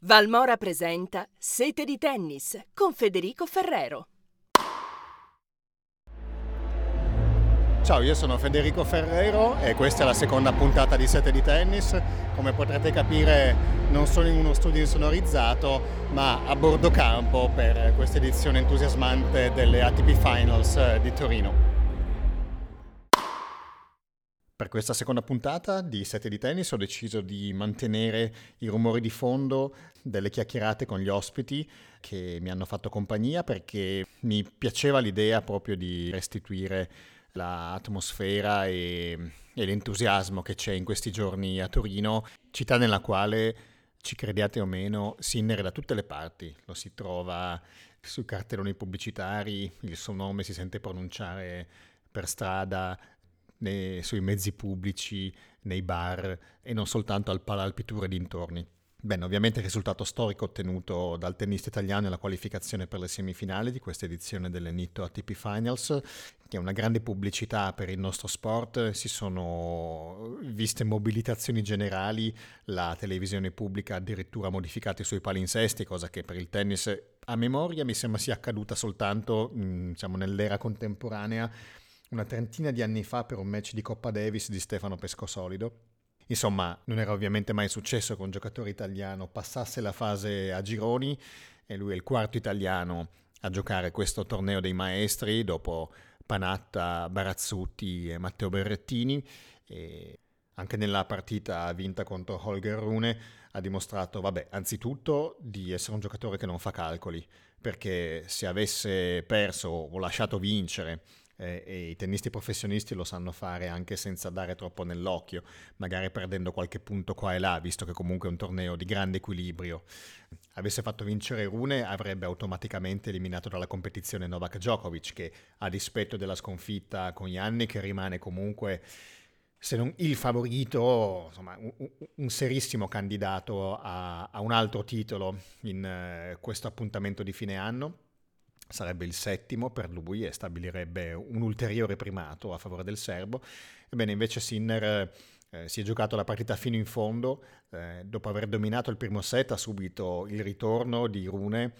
Valmora presenta Sete di tennis con Federico Ferrero. Ciao, io sono Federico Ferrero e questa è la seconda puntata di Sete di tennis. Come potrete capire non sono in uno studio insonorizzato, ma a bordo campo per questa edizione entusiasmante delle ATP Finals di Torino. Per questa seconda puntata di Sete di tennis ho deciso di mantenere i rumori di fondo delle chiacchierate con gli ospiti che mi hanno fatto compagnia, perché mi piaceva l'idea proprio di restituire l'atmosfera e l'entusiasmo che c'è in questi giorni a Torino, città nella quale, ci crediate o meno, Sinner è da tutte le parti. Lo si trova sui cartelloni pubblicitari, il suo nome si sente pronunciare per strada, sui mezzi pubblici, nei bar e non soltanto al Palalpitour e dintorni. Bene, ovviamente il risultato storico ottenuto dal tennista italiano è la qualificazione per le semifinali di questa edizione delle Nitto ATP Finals, che è una grande pubblicità per il nostro sport. Si sono viste mobilitazioni generali, la televisione pubblica ha addirittura modificato i suoi palinsesti, cosa che per il tennis a memoria mi sembra sia accaduta soltanto diciamo, nell'era contemporanea, una trentina di anni fa, per un match di Coppa Davis di Stefano Pescosolido. Insomma, non era ovviamente mai successo che un giocatore italiano passasse la fase a gironi, e lui è il quarto italiano a giocare questo torneo dei maestri dopo Panatta, Barazzutti e Matteo Berrettini. E anche nella partita vinta contro Holger Rune ha dimostrato, anzitutto di essere un giocatore che non fa calcoli, perché se avesse perso o lasciato vincere, e i tennisti professionisti lo sanno fare anche senza dare troppo nell'occhio, magari perdendo qualche punto qua e là, visto che comunque è un torneo di grande equilibrio. Avesse fatto vincere Rune, avrebbe automaticamente eliminato dalla competizione Novak Djokovic, che a dispetto della sconfitta con Jannik rimane comunque, se non il favorito, insomma un serissimo candidato a un altro titolo in questo appuntamento di fine anno. Sarebbe il settimo per lui e stabilirebbe un ulteriore primato a favore del serbo. Ebbene, invece Sinner si è giocato la partita fino in fondo. Dopo aver dominato il primo set ha subito il ritorno di Rune,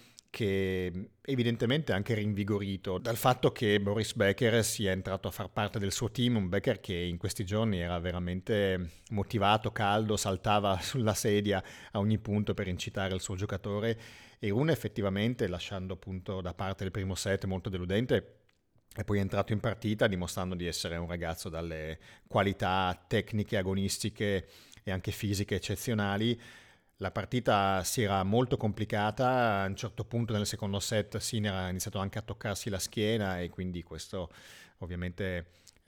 che evidentemente è anche rinvigorito dal fatto che Boris Becker sia entrato a far parte del suo team, un Becker che in questi giorni era veramente motivato, caldo, saltava sulla sedia a ogni punto per incitare il suo giocatore. E Rune effettivamente, lasciando appunto da parte il primo set molto deludente, è poi entrato in partita dimostrando di essere un ragazzo dalle qualità tecniche, agonistiche e anche fisiche eccezionali. La partita si era molto complicata, a un certo punto nel secondo set Sinner ha iniziato anche a toccarsi la schiena, e quindi questo ovviamente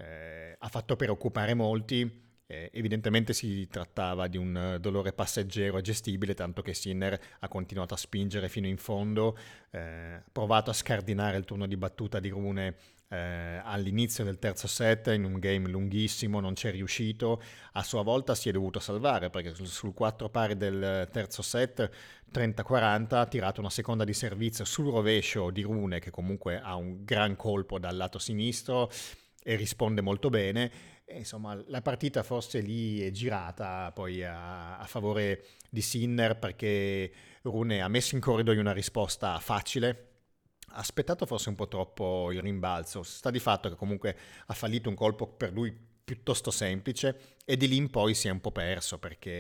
ha fatto preoccupare molti. Evidentemente si trattava di un dolore passeggero e gestibile, tanto che Sinner ha continuato a spingere fino in fondo, ha provato a scardinare il turno di battuta di Rune all'inizio del terzo set in un game lunghissimo, non c'è riuscito. A sua volta si è dovuto salvare, perché sul 4 pari del terzo set 30-40 ha tirato una seconda di servizio sul rovescio di Rune, che comunque ha un gran colpo dal lato sinistro e risponde molto bene. E insomma, la partita forse lì è girata poi a favore di Sinner, perché Rune ha messo in corridoio una risposta facile, ha aspettato forse un po' troppo il rimbalzo. Sta di fatto che comunque ha fallito un colpo per lui piuttosto semplice, e di lì in poi si è un po' perso,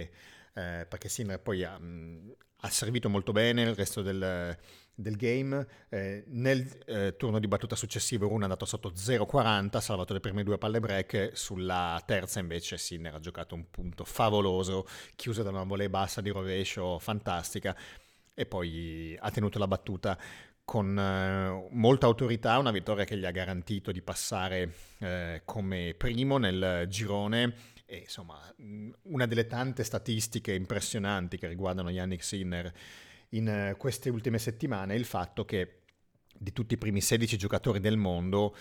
perché Sinner poi ha servito molto bene il resto del game. Nel turno di battuta successivo Rune è andato sotto 0-40, ha salvato le prime due palle break. Sulla terza invece Sinner ha giocato un punto favoloso, chiuso da una volée bassa di rovescio fantastica, e poi ha tenuto la battuta con molta autorità, una vittoria che gli ha garantito di passare come primo nel girone. E insomma, una delle tante statistiche impressionanti che riguardano Jannik Sinner in queste ultime settimane è il fatto che di tutti i primi 16 giocatori del mondo,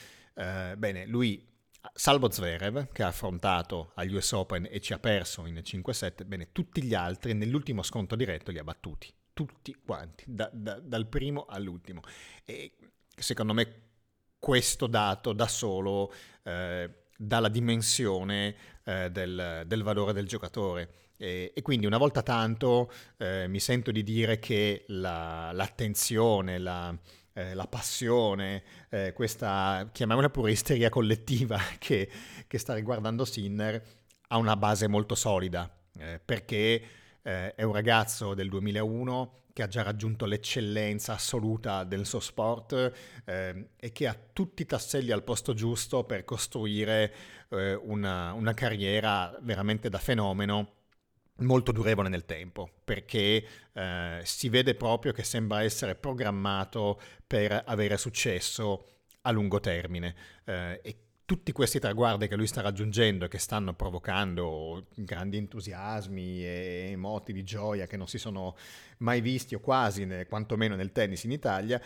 lui, salvo Zverev, che ha affrontato agli US Open e ci ha perso in 5-7, tutti gli altri nell'ultimo scontro diretto li ha battuti. Tutti quanti, dal primo all'ultimo. E secondo me questo dato da solo dà la dimensione del valore del giocatore. E quindi una volta tanto mi sento di dire che l'attenzione, la passione, questa, chiamiamola pure isteria collettiva che sta riguardando Sinner, ha una base molto solida, perché è un ragazzo del 2001 che ha già raggiunto l'eccellenza assoluta del suo sport, e che ha tutti i tasselli al posto giusto per costruire una carriera veramente da fenomeno, molto durevole nel tempo, perché si vede proprio che sembra essere programmato per avere successo a lungo termine, e tutti questi traguardi che lui sta raggiungendo e che stanno provocando grandi entusiasmi e moti di gioia che non si sono mai visti o quasi, quantomeno nel tennis in Italia,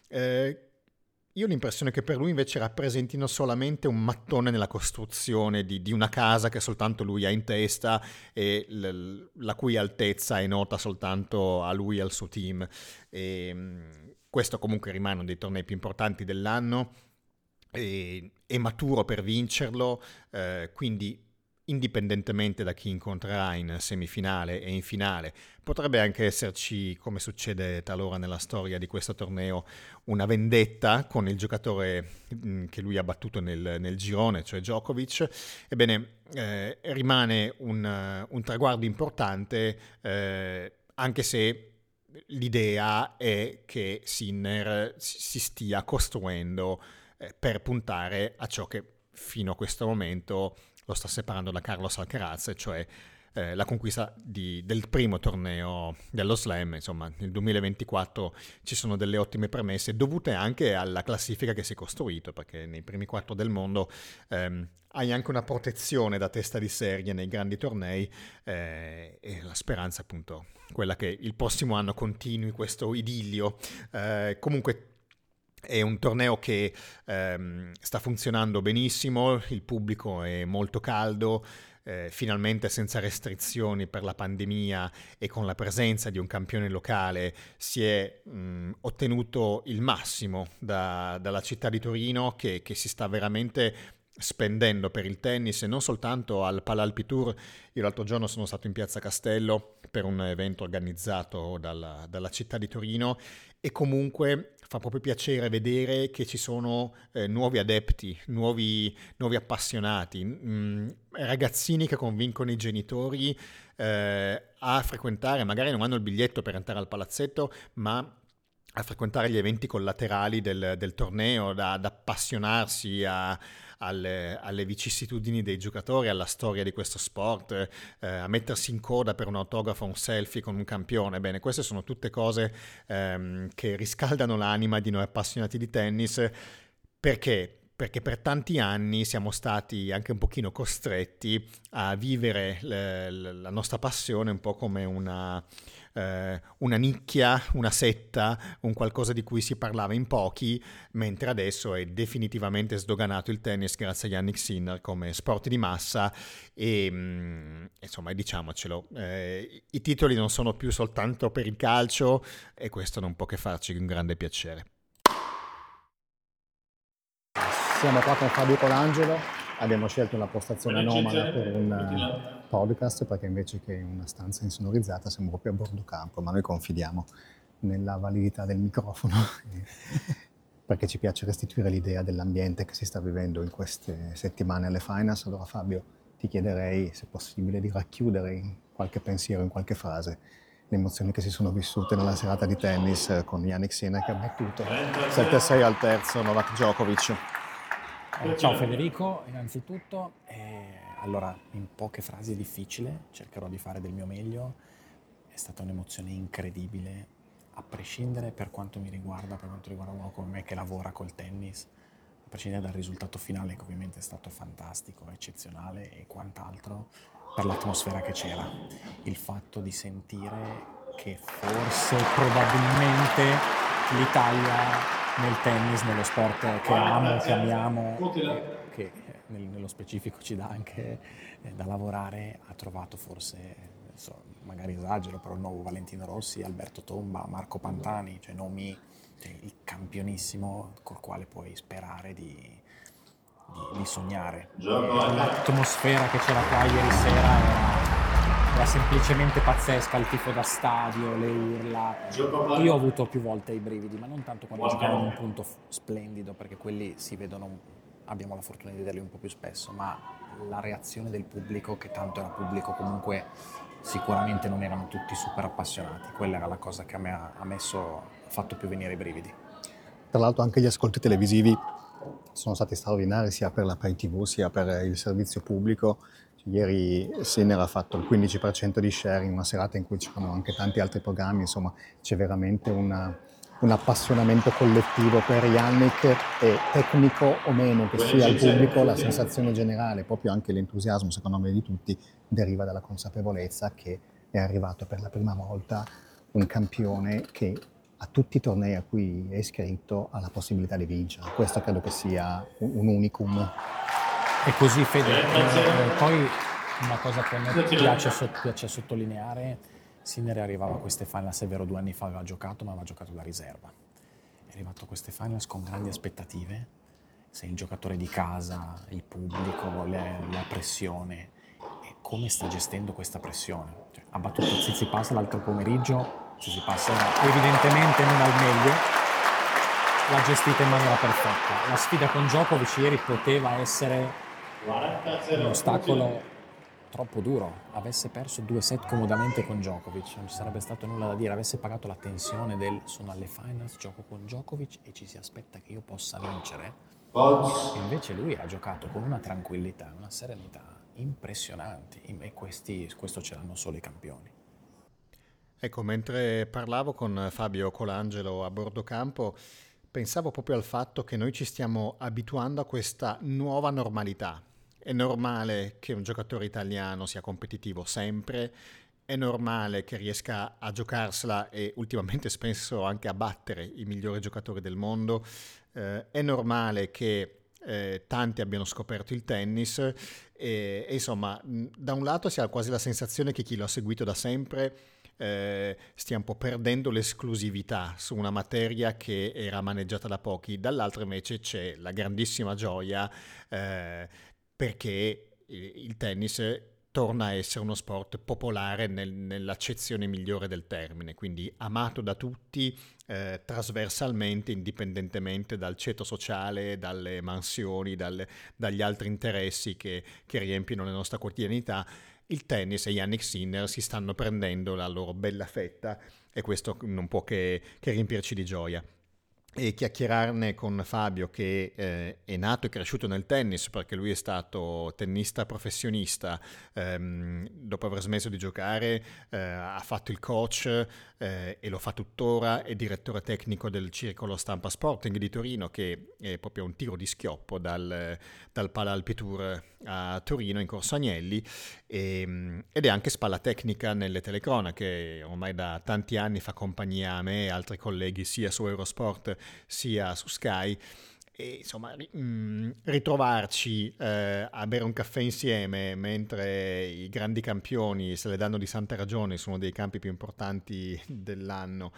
io ho l'impressione che per lui invece rappresentino solamente un mattone nella costruzione di una casa che soltanto lui ha in testa e la cui altezza è nota soltanto a lui e al suo team. Questo comunque rimane uno dei tornei più importanti dell'anno, è maturo per vincerlo, quindi indipendentemente da chi incontrerà in semifinale e in finale, potrebbe anche esserci, come succede talora nella storia di questo torneo, una vendetta con il giocatore che lui ha battuto nel girone, cioè Djokovic. Ebbene, rimane un traguardo importante, anche se l'idea è che Sinner si stia costruendo per puntare a ciò che fino a questo momento lo sta separando da Carlos Alcaraz, cioè la conquista del primo torneo dello Slam. Insomma, nel 2024 ci sono delle ottime premesse dovute anche alla classifica che si è costruito, perché nei primi 4 del mondo hai anche una protezione da testa di serie nei grandi tornei, e la speranza appunto quella che il prossimo anno continui questo idillio. Comunque è un torneo che sta funzionando benissimo, il pubblico è molto caldo, finalmente senza restrizioni per la pandemia e con la presenza di un campione locale si è ottenuto il massimo dalla città di Torino, che si sta veramente spendendo per il tennis, e non soltanto al Palalpi Tour. Io l'altro giorno sono stato in Piazza Castello per un evento organizzato dalla città di Torino, e comunque fa proprio piacere vedere che ci sono nuovi adepti, nuovi appassionati, ragazzini che convincono i genitori a frequentare, magari non hanno il biglietto per entrare al palazzetto, ma a frequentare gli eventi collaterali del torneo, ad appassionarsi alle vicissitudini dei giocatori, alla storia di questo sport, a mettersi in coda per un autografo o un selfie con un campione. Bene, queste sono tutte cose che riscaldano l'anima di noi appassionati di tennis. Perché? Perché per tanti anni siamo stati anche un pochino costretti a vivere la nostra passione un po' come una nicchia, una setta, un qualcosa di cui si parlava in pochi, mentre adesso è definitivamente sdoganato il tennis grazie a Jannik Sinner come sport di massa. E insomma, diciamocelo, i titoli non sono più soltanto per il calcio, e questo non può che farci un grande piacere. Siamo qua con Fabio Colangelo, abbiamo scelto una postazione anomala per un podcast, perché invece che in una stanza insonorizzata siamo proprio a bordo campo, ma noi confidiamo nella validità del microfono perché ci piace restituire l'idea dell'ambiente che si sta vivendo in queste settimane alle finals. Allora Fabio, ti chiederei se è possibile di racchiudere in qualche pensiero, in qualche frase, le emozioni che si sono vissute nella serata di tennis con Jannik Sinner che ha battuto 7-6 al terzo Novak Djokovic. Ciao Federico, innanzitutto. Allora, in poche frasi è difficile, cercherò di fare del mio meglio. È stata un'emozione incredibile, a prescindere per quanto mi riguarda, per quanto riguarda uno come me che lavora col tennis, a prescindere dal risultato finale, che ovviamente è stato fantastico, eccezionale e quant'altro, per l'atmosfera che c'era. Il fatto di sentire che forse, probabilmente, l'Italia nel tennis, nello sport che amo, che amiamo, che nello specifico ci dà anche da lavorare, ha trovato forse, magari esagero, però il nuovo Valentino Rossi, Alberto Tomba, Marco Pantani, cioè nomi, il campionissimo col quale puoi sperare di sognare. L'atmosfera che c'era qua ieri sera era era semplicemente pazzesca, il tifo da stadio, le urla. Io ho avuto più volte i brividi, ma non tanto quando giocavo in un punto splendido, perché quelli si vedono, abbiamo la fortuna di vederli un po' più spesso, ma la reazione del pubblico, che tanto era pubblico, comunque sicuramente non erano tutti super appassionati. Quella era la cosa che a me ha fatto più venire i brividi. Tra l'altro anche gli ascolti televisivi sono stati straordinari sia per la Pay TV sia per il servizio pubblico. Ieri Sinner ha fatto il 15% di share in una serata in cui c'erano anche tanti altri programmi, insomma c'è veramente un appassionamento collettivo per Yannick, e tecnico o meno che sia il pubblico, la sensazione generale, proprio anche l'entusiasmo secondo me di tutti, deriva dalla consapevolezza che è arrivato per la prima volta un campione che a tutti i tornei a cui è iscritto ha la possibilità di vincere. Questo credo che sia un unicum. E così Fede, poi una cosa che a me piace sottolineare, Sinner arrivava a queste finals, è vero 2 anni fa aveva giocato, ma aveva giocato da riserva. È arrivato a queste finals con grandi aspettative, sei il giocatore di casa, il pubblico, la pressione, e come sta gestendo questa pressione. Cioè, ha battuto Tsitsipas l'altro pomeriggio, Tsitsipas era evidentemente non al meglio, l'ha gestita in maniera perfetta. La sfida con Djokovic ieri poteva essere un ostacolo troppo duro. Avesse perso 2 set comodamente con Djokovic, non ci sarebbe stato nulla da dire, avesse pagato la tensione del sono alle finals, gioco con Djokovic e ci si aspetta che io possa vincere. E invece lui ha giocato con una tranquillità, una serenità impressionanti, e questo ce l'hanno solo i campioni. Ecco, mentre parlavo con Fabio Colangelo a bordo campo, pensavo proprio al fatto che noi ci stiamo abituando a questa nuova normalità. È normale che un giocatore italiano sia competitivo sempre, è normale che riesca a giocarsela e ultimamente spesso anche a battere i migliori giocatori del mondo, è normale che tanti abbiano scoperto il tennis e insomma, da un lato si ha quasi la sensazione che chi lo ha seguito da sempre stia un po' perdendo l'esclusività su una materia che era maneggiata da pochi, dall'altro invece c'è la grandissima gioia perché il tennis torna a essere uno sport popolare nell'accezione migliore del termine, quindi amato da tutti trasversalmente, indipendentemente dal ceto sociale, dalle mansioni, dagli altri interessi che riempiono la nostra quotidianità. Il tennis e Yannick Sinner si stanno prendendo la loro bella fetta e questo non può che riempirci di gioia. E chiacchierarne con Fabio, che è nato e cresciuto nel tennis perché lui è stato tennista professionista, dopo aver smesso di giocare ha fatto il coach e lo fa tuttora, è direttore tecnico del Circolo Stampa Sporting di Torino, che è proprio un tiro di schioppo dal Pala Alpi Tour a Torino in Corso Agnelli, ed è anche spalla tecnica nelle telecronache, ormai da tanti anni fa compagnia a me e altri colleghi sia su Eurosport sia su Sky. E insomma ritrovarci a bere un caffè insieme mentre i grandi campioni se le danno di santa ragione su uno dei campi più importanti dell'anno,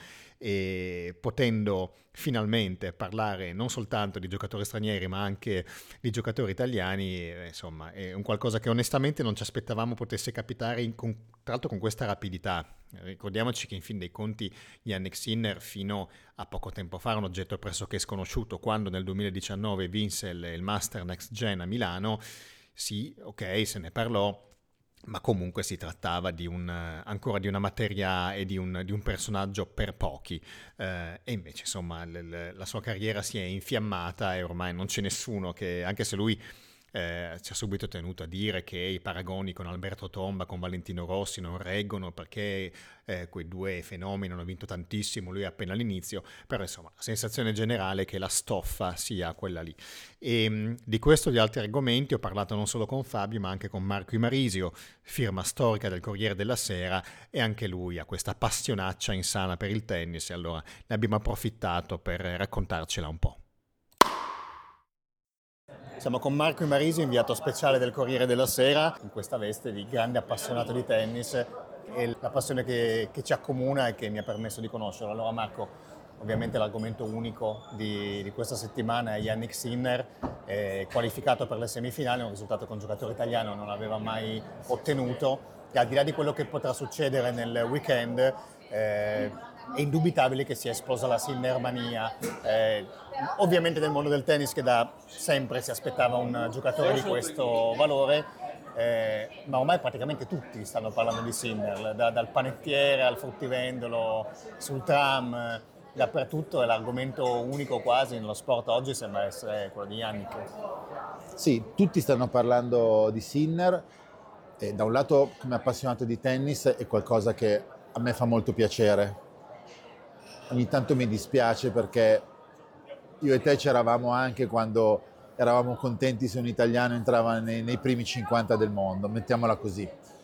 e potendo finalmente parlare non soltanto di giocatori stranieri ma anche di giocatori italiani, insomma è un qualcosa che onestamente non ci aspettavamo potesse capitare tra l'altro con questa rapidità. Ricordiamoci che in fin dei conti Yannick Sinner fino a poco tempo fa era un oggetto pressoché sconosciuto. Quando nel 2019 vinse il Master Next Gen a Milano, sì, ok, se ne parlò, ma comunque si trattava ancora di una materia e di un personaggio per pochi, e invece insomma la sua carriera si è infiammata e ormai non c'è nessuno che, anche se lui ci ha subito tenuto a dire che i paragoni con Alberto Tomba, con Valentino Rossi non reggono perché quei due fenomeni hanno vinto tantissimo, lui è appena all'inizio, però insomma la sensazione generale è che la stoffa sia quella lì. E di questo e di altri argomenti ho parlato non solo con Fabio ma anche con Marco Imarisio, firma storica del Corriere della Sera, e anche lui ha questa passionaccia insana per il tennis, e allora ne abbiamo approfittato per raccontarcela un po'. Siamo con Marco Imarisio, inviato speciale del Corriere della Sera, in questa veste di grande appassionato di tennis, e la passione che ci accomuna e che mi ha permesso di conoscerlo. Allora Marco, ovviamente l'argomento unico di questa settimana è Yannick Sinner, qualificato per le semifinali, un risultato che un giocatore italiano non aveva mai ottenuto. che al di là di quello che potrà succedere nel weekend, è indubitabile che sia esplosa la Sinner-mania. Ovviamente nel mondo del tennis, che da sempre si aspettava un giocatore di questo valore, ma ormai praticamente tutti stanno parlando di Sinner, dal panettiere al fruttivendolo, sul tram, dappertutto. È l'argomento unico quasi nello sport oggi, sembra essere quello di Jannik. Sì, tutti stanno parlando di Sinner e da un lato, come appassionato di tennis, è qualcosa che a me fa molto piacere. Ogni tanto mi dispiace perché io e te c'eravamo anche quando eravamo contenti se un italiano entrava nei primi 50 del mondo, mettiamola così.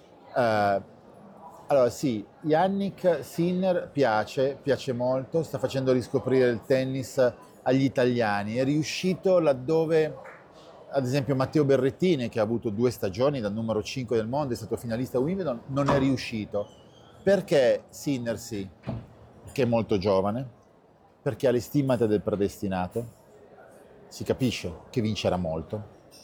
Allora sì, Jannik Sinner piace molto, sta facendo riscoprire il tennis agli italiani, è riuscito laddove ad esempio Matteo Berrettini, che ha avuto 2 stagioni da numero 5 del mondo, è stato finalista a Wimbledon, non è riuscito. Perché Sinner sì? Che è molto giovane, perché ha le stimmate del predestinato, si capisce che vincerà molto,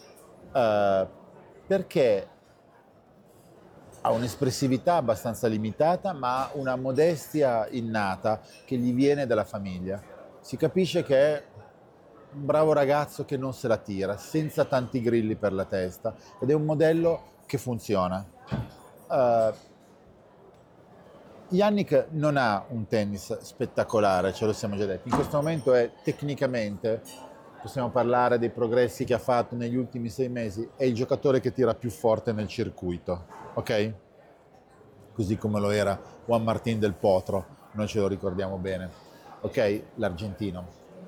perché ha un'espressività abbastanza limitata, ma ha una modestia innata che gli viene dalla famiglia. Si capisce che è un bravo ragazzo che non se la tira, senza tanti grilli per la testa, ed è un modello che funziona. Jannik non ha un tennis spettacolare, ce lo siamo già detti. In questo momento è tecnicamente, possiamo parlare dei progressi che ha fatto negli ultimi 6 mesi, è il giocatore che tira più forte nel circuito, ok? Così come lo era Juan Martín del Potro, noi ce lo ricordiamo bene, ok? L'argentino.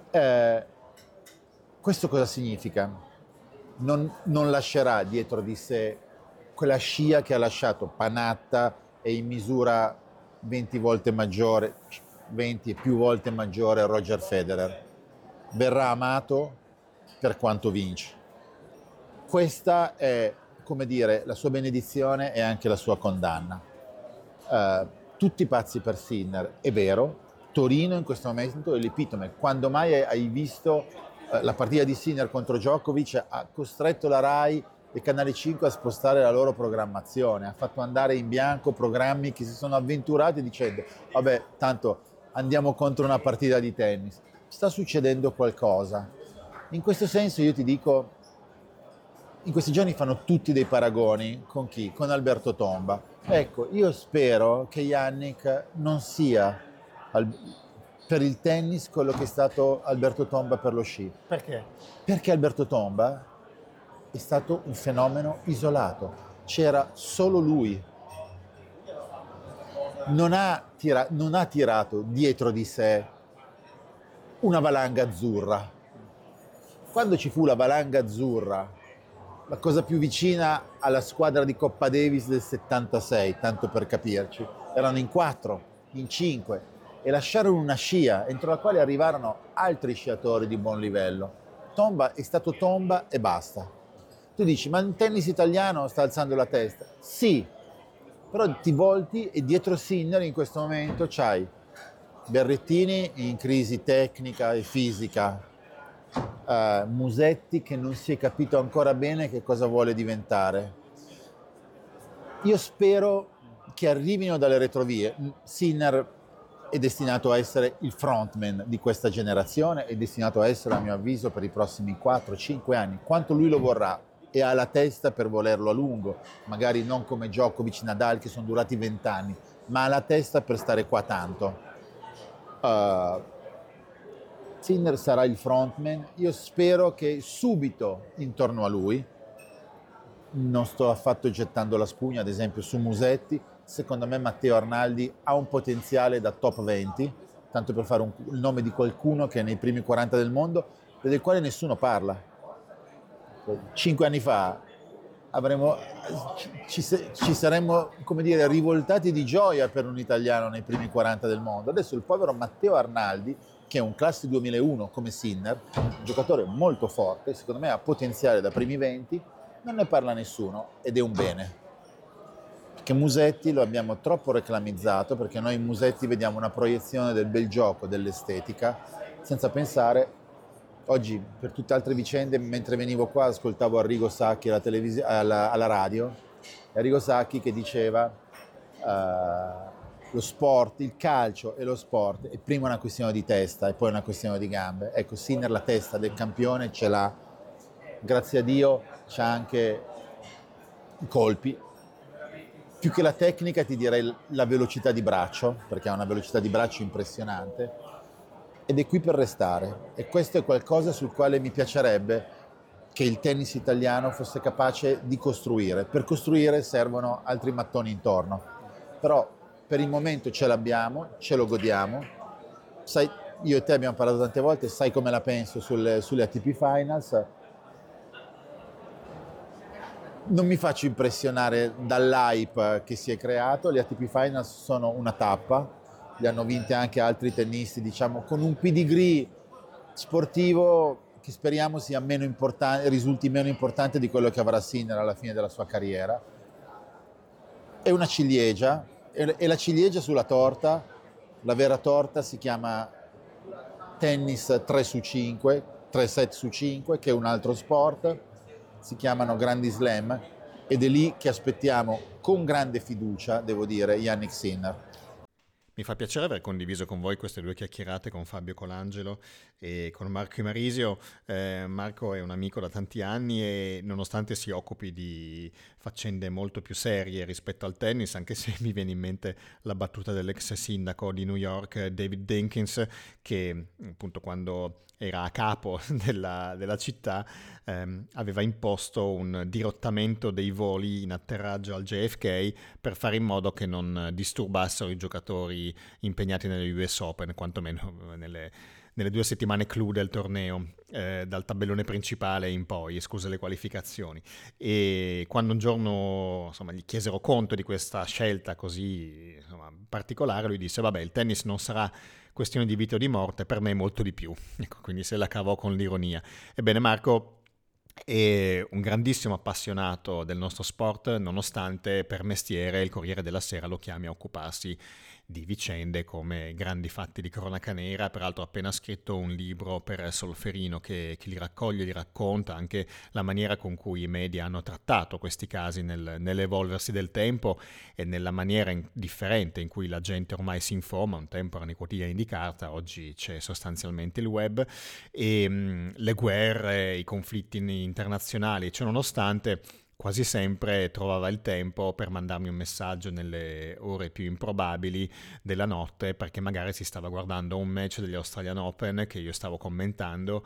Questo cosa significa? Non lascerà dietro di sé quella scia che ha lasciato Panatta e in misura 20 volte maggiore, 20 e più volte maggiore Roger Federer. Verrà amato per quanto vince. Questa è, come dire, la sua benedizione e anche la sua condanna. Tutti pazzi per Sinner, è vero. Torino in questo momento è l'epitome. Quando mai hai visto la partita di Sinner contro Djokovic? Ha costretto la Rai e Canale 5 a spostare la loro programmazione, ha fatto andare in bianco programmi che si sono avventurati dicendo vabbè, tanto andiamo contro una partita di tennis. Sta succedendo qualcosa. In questo senso io ti dico, in questi giorni fanno tutti dei paragoni con chi? Con Alberto Tomba. Ecco, io spero che Jannik non sia per il tennis quello che è stato Alberto Tomba per lo sci. Perché? Perché Alberto Tomba è stato un fenomeno isolato, c'era solo lui, non ha tirato dietro di sé una valanga azzurra. Quando ci fu la valanga azzurra, la cosa più vicina alla squadra di Coppa Davis del 76, tanto per capirci, erano in 4, in 5 e lasciarono una scia entro la quale arrivarono altri sciatori di buon livello. Tomba è stato Tomba e basta. Tu dici, ma il tennis italiano sta alzando la testa? Sì, però ti volti e dietro Sinner in questo momento c'hai Berrettini in crisi tecnica e fisica, Musetti che non si è capito ancora bene che cosa vuole diventare. Io spero che arrivino dalle retrovie. Sinner è destinato a essere il frontman di questa generazione, è destinato a essere, a mio avviso, per i prossimi 4-5 anni, quanto lui lo vorrà. E ha la testa per volerlo a lungo, magari non come Djokovic, Nadal che sono durati 20 anni, ma ha la testa per stare qua tanto. Sinner sarà il frontman, io spero che subito intorno a lui, non sto affatto gettando la spugna ad esempio su Musetti, secondo me Matteo Arnaldi ha un potenziale da top 20, tanto per fare il nome di qualcuno che è nei primi 40 del mondo, del quale nessuno parla. 5 anni fa ci saremmo, come dire, rivoltati di gioia per un italiano nei primi 40 del mondo. Adesso il povero Matteo Arnaldi, che è un classe 2001 come Sinner, un giocatore molto forte, secondo me ha potenziale da primi 20, non ne parla nessuno ed è un bene. Perché Musetti lo abbiamo troppo reclamizzato, perché noi in Musetti vediamo una proiezione del bel gioco, dell'estetica, senza pensare. Oggi, per tutte altre vicende, mentre venivo qua, ascoltavo Arrigo Sacchi alla radio Arrigo Sacchi, che diceva lo sport, il calcio e lo sport è prima una questione di testa e poi una questione di gambe. Ecco, Sinner la testa del campione ce l'ha, grazie a Dio c'ha anche i colpi. Più che la tecnica ti direi la velocità di braccio, perché ha una velocità di braccio impressionante, ed è qui per restare. E questo è qualcosa sul quale mi piacerebbe che il tennis italiano fosse capace di costruire. Per costruire servono altri mattoni intorno, però per il momento ce l'abbiamo, ce lo godiamo. Sai, io e te abbiamo parlato tante volte, sai come la penso sulle ATP Finals. Non mi faccio impressionare dall'hype che si è creato, le ATP Finals sono una tappa, li hanno vinte anche altri tennisti, diciamo, con un pedigree sportivo che speriamo sia meno importante, risulti meno importante di quello che avrà Sinner alla fine della sua carriera. È una ciliegia, e la ciliegia sulla torta, la vera torta si chiama tennis 3 su 5, 3 set su 5, che è un altro sport. Si chiamano Grandi Slam, ed è lì che aspettiamo con grande fiducia, devo dire, Jannik Sinner. Mi fa piacere aver condiviso con voi queste 2 chiacchierate con Fabio Colangelo e con Marco Imarisio. Marco è un amico da tanti anni e nonostante si occupi di faccende molto più serie rispetto al tennis, anche se mi viene in mente la battuta dell'ex sindaco di New York, David Dinkins, che appunto quando era a capo della città aveva imposto un dirottamento dei voli in atterraggio al JFK per fare in modo che non disturbassero i giocatori impegnati nelle US Open, quantomeno nelle 2 settimane clou del torneo, dal tabellone principale in poi, escluse le qualificazioni. E quando un giorno gli chiesero conto di questa scelta così particolare, lui disse: vabbè, il tennis non sarà questione di vita o di morte, per me molto di più. Ecco, quindi se la cavò con l'ironia. Ebbene, Marco è un grandissimo appassionato del nostro sport, nonostante per mestiere il Corriere della Sera lo chiami a occuparsi di vicende come grandi fatti di cronaca nera. Peraltro ha appena scritto un libro per Solferino che li raccoglie, li racconta, anche la maniera con cui i media hanno trattato questi casi nell'evolversi del tempo e nella maniera differente in cui la gente ormai si informa. Un tempo erano i quotidiani di carta, oggi c'è sostanzialmente il web, e le guerre, i conflitti internazionali, ciononostante quasi sempre trovava il tempo per mandarmi un messaggio nelle ore più improbabili della notte, perché magari si stava guardando un match degli Australian Open che io stavo commentando,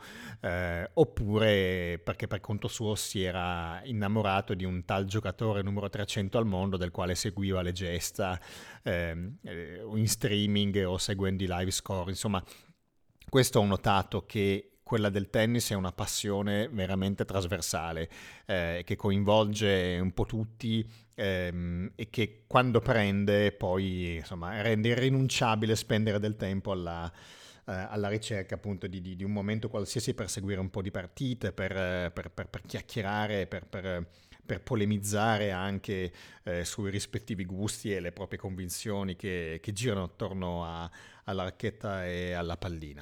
oppure perché per conto suo si era innamorato di un tal giocatore numero 300 al mondo del quale seguiva le gesta in streaming o seguendo i live score. Insomma, questo ho notato, che quella del tennis è una passione veramente trasversale, che coinvolge un po' tutti, e che quando prende poi rende irrinunciabile spendere del tempo alla ricerca appunto di un momento qualsiasi per seguire un po' di partite, per chiacchierare, per polemizzare anche sui rispettivi gusti e le proprie convinzioni che girano attorno alla racchetta e alla pallina.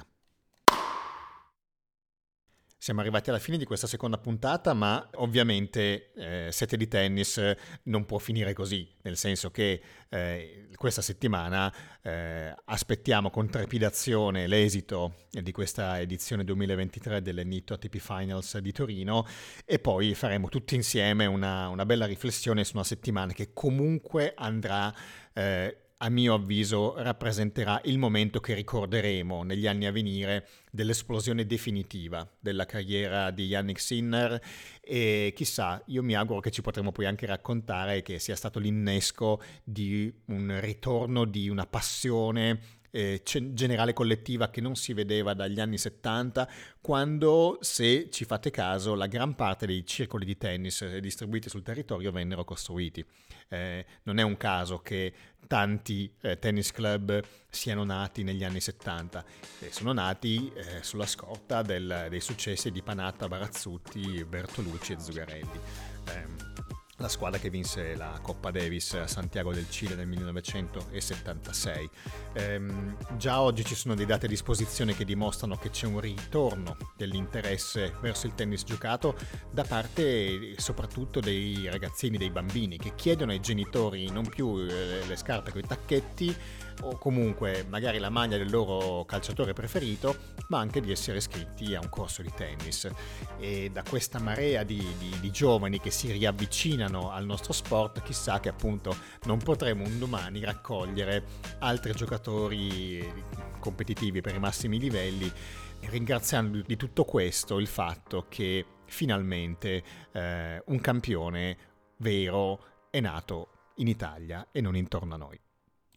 Siamo arrivati alla fine di questa seconda puntata, ma ovviamente Sette di Tennis non può finire così, nel senso che questa settimana aspettiamo con trepidazione l'esito di questa edizione 2023 delle NITO ATP Finals di Torino, e poi faremo tutti insieme una bella riflessione su una settimana che comunque andrà, a mio avviso, rappresenterà il momento che ricorderemo negli anni a venire dell'esplosione definitiva della carriera di Jannik Sinner, e chissà, io mi auguro che ci potremo poi anche raccontare che sia stato l'innesco di un ritorno di una passione generale collettiva che non si vedeva dagli anni 70, quando, se ci fate caso, la gran parte dei circoli di tennis distribuiti sul territorio vennero costruiti. Non è un caso che tanti tennis club siano nati negli anni 70, sono nati sulla scorta dei successi di Panatta, Barazzutti, Bertolucci e Zugarelli. la squadra che vinse la Coppa Davis a Santiago del Cile nel 1976. Già oggi ci sono dei dati a disposizione che dimostrano che c'è un ritorno dell'interesse verso il tennis giocato da parte soprattutto dei ragazzini, dei bambini, che chiedono ai genitori non più le scarpe con i tacchetti o comunque magari la maglia del loro calciatore preferito, ma anche di essere iscritti a un corso di tennis. E da questa marea di giovani che si riavvicinano al nostro sport, chissà che appunto non potremo un domani raccogliere altri giocatori competitivi per i massimi livelli, ringraziando di tutto questo il fatto che finalmente un campione vero è nato in Italia e non intorno a noi.